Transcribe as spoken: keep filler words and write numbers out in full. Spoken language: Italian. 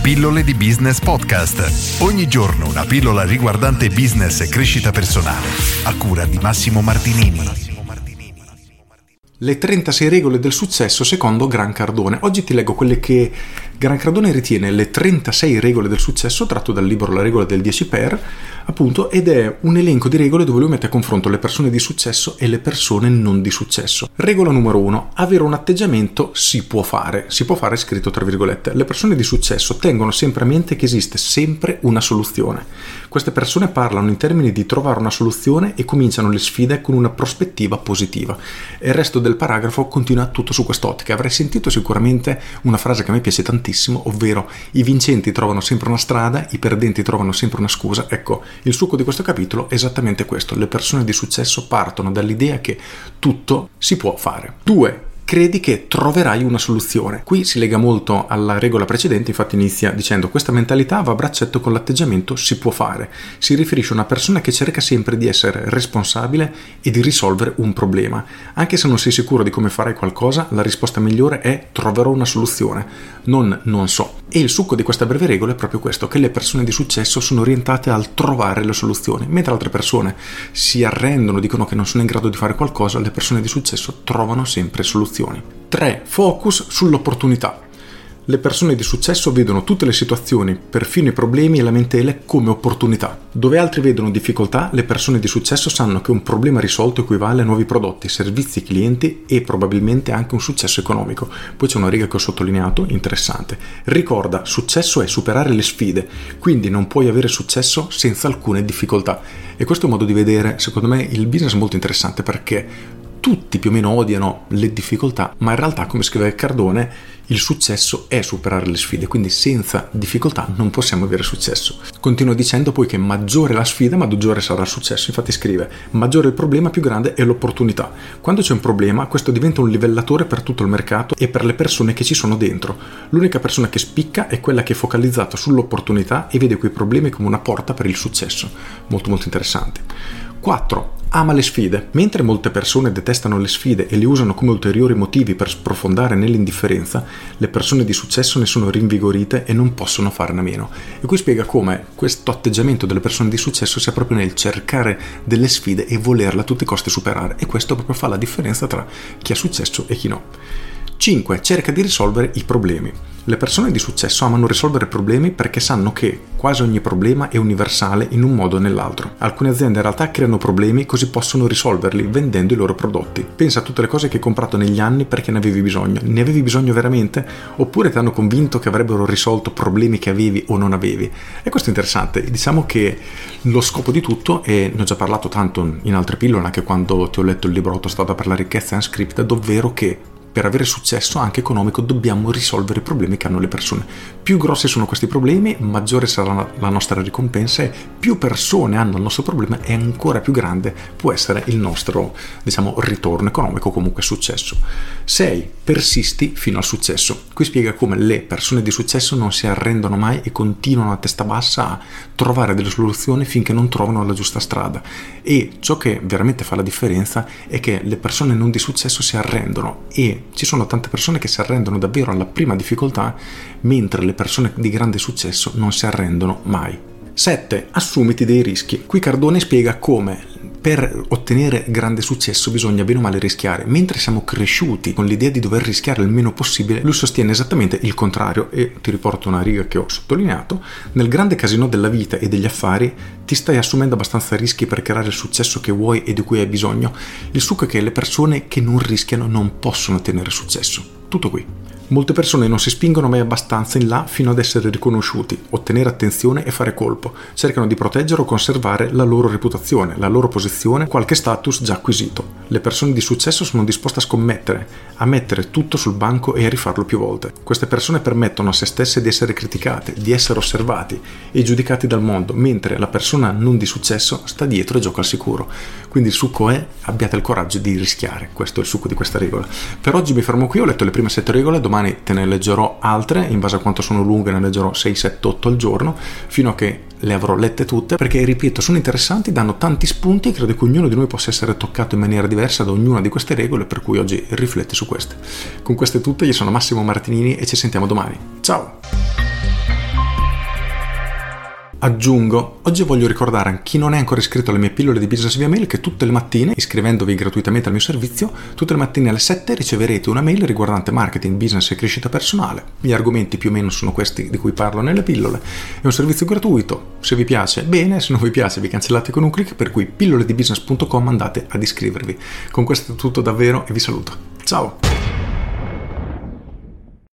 Pillole di Business Podcast. Ogni giorno una pillola riguardante business e crescita personale. A cura di Massimo Martinini. Le trentasei regole del successo secondo Grant Cardone. Oggi ti leggo quelle che Grant Cardone ritiene le trentasei regole del successo, tratto dal libro La regola del dieci per, appunto, ed è un elenco di regole dove lui mette a confronto le persone di successo e le persone non di successo. Regola numero uno: avere un atteggiamento si può fare. Si può fare scritto tra virgolette. Le persone di successo tengono sempre a mente che esiste sempre una soluzione. Queste persone parlano in termini di trovare una soluzione e cominciano le sfide con una prospettiva positiva. E il resto del paragrafo continua tutto su quest'ottica. Avrai sentito sicuramente una frase che a me piace tantissimo, ovvero: i vincenti trovano sempre una strada, i perdenti trovano sempre una scusa. Ecco, il succo di questo capitolo è esattamente questo. Le persone di successo partono dall'idea che tutto si può fare. Due. Credi che troverai una soluzione. Qui si lega molto alla regola precedente, infatti inizia dicendo: questa mentalità va a braccetto con l'atteggiamento si può fare. Si riferisce a una persona che cerca sempre di essere responsabile e di risolvere un problema. Anche se non sei sicuro di come farai qualcosa, la risposta migliore è troverò una soluzione, non non so. E il succo di questa breve regola è proprio questo, che le persone di successo sono orientate al trovare le soluzioni, mentre altre persone si arrendono, dicono che non sono in grado di fare qualcosa. Le persone di successo trovano sempre soluzioni. tre. Focus sull'opportunità. Le persone di successo vedono tutte le situazioni, perfino i problemi e lamentele, come opportunità. Dove altri vedono difficoltà, le persone di successo sanno che un problema risolto equivale a nuovi prodotti, servizi, clienti e probabilmente anche un successo economico. Poi c'è una riga che ho sottolineato, interessante. Ricorda, successo è superare le sfide, quindi non puoi avere successo senza alcune difficoltà. E questo è un modo di vedere, secondo me, il business molto interessante, perché tutti più o meno odiano le difficoltà, ma in realtà, come scrive Cardone, il successo è superare le sfide, quindi senza difficoltà non possiamo avere successo. Continua dicendo poi che maggiore la sfida, maggiore sarà il successo. Infatti scrive: maggiore il problema, più grande è l'opportunità. Quando c'è un problema, questo diventa un livellatore per tutto il mercato e per le persone che ci sono dentro. L'unica persona che spicca è quella che è focalizzata sull'opportunità e vede quei problemi come una porta per il successo. Molto molto interessante. quattro. Ama le sfide. Mentre molte persone detestano le sfide e le usano come ulteriori motivi per sprofondare nell'indifferenza, le persone di successo ne sono rinvigorite e non possono farne a meno. E qui spiega come questo atteggiamento delle persone di successo sia proprio nel cercare delle sfide e volerla a tutti i costi superare. E questo proprio fa la differenza tra chi ha successo e chi no. cinque. Cerca di risolvere i problemi. Le persone di successo amano risolvere problemi perché sanno che quasi ogni problema è universale in un modo o nell'altro. Alcune aziende in realtà creano problemi così possono risolverli vendendo i loro prodotti. Pensa a tutte le cose che hai comprato negli anni perché ne avevi bisogno. Ne avevi bisogno veramente? Oppure ti hanno convinto che avrebbero risolto problemi che avevi o non avevi? E questo è interessante. Diciamo che lo scopo di tutto, e ne ho già parlato tanto in altre pillole, anche quando ti ho letto il libro Autostrada per la ricchezza Unscripted, ovvero che per avere successo anche economico dobbiamo risolvere i problemi che hanno le persone. Più grossi sono questi problemi, maggiore sarà la nostra ricompensa, e più persone hanno il nostro problema e ancora più grande può essere il nostro, diciamo, ritorno economico, comunque successo. sei. Persisti fino al successo. Qui spiega come le persone di successo non si arrendono mai e continuano a testa bassa a trovare delle soluzioni finché non trovano la giusta strada. E ciò che veramente fa la differenza è che le persone non di successo si arrendono, e ci sono tante persone che si arrendono davvero alla prima difficoltà, mentre le persone di grande successo non si arrendono mai. sette. Assumiti dei rischi. Qui Cardone spiega come per ottenere grande successo bisogna bene o male rischiare. Mentre siamo cresciuti con l'idea di dover rischiare il meno possibile, lui sostiene esattamente il contrario, e ti riporto una riga che ho sottolineato: nel grande casino della vita e degli affari ti stai assumendo abbastanza rischi per creare il successo che vuoi e di cui hai bisogno. Il succo è che le persone che non rischiano non possono ottenere successo. Tutto qui. Molte persone non si spingono mai abbastanza in là fino ad essere riconosciuti, ottenere attenzione e fare colpo. Cercano di proteggere o conservare la loro reputazione, la loro posizione, qualche status già acquisito. Le persone di successo sono disposte a scommettere, a mettere tutto sul banco e a rifarlo più volte. Queste persone permettono a se stesse di essere criticate, di essere osservati e giudicati dal mondo, mentre la persona non di successo sta dietro e gioca al sicuro. Quindi il succo è: abbiate il coraggio di rischiare. Questo è il succo di questa regola. Per oggi mi fermo qui, ho letto le prime sette regole, domani te ne leggerò altre, in base a quanto sono lunghe ne leggerò sei, sette, otto al giorno, fino a che le avrò lette tutte, perché ripeto, sono interessanti, danno tanti spunti e credo che ognuno di noi possa essere toccato in maniera diversa da ognuna di queste regole, per cui oggi riflette su queste. Con queste tutte, io sono Massimo Martinini e ci sentiamo domani. Ciao! Aggiungo, oggi voglio ricordare a chi non è ancora iscritto alle mie pillole di business via mail che tutte le mattine, iscrivendovi gratuitamente al mio servizio, tutte le mattine alle sette riceverete una mail riguardante marketing, business e crescita personale. Gli argomenti più o meno sono questi di cui parlo nelle pillole. È un servizio gratuito, se vi piace bene, se non vi piace vi cancellate con un click, per cui pillole di business punto com andate ad iscrivervi. Con questo è tutto davvero e vi saluto. Ciao!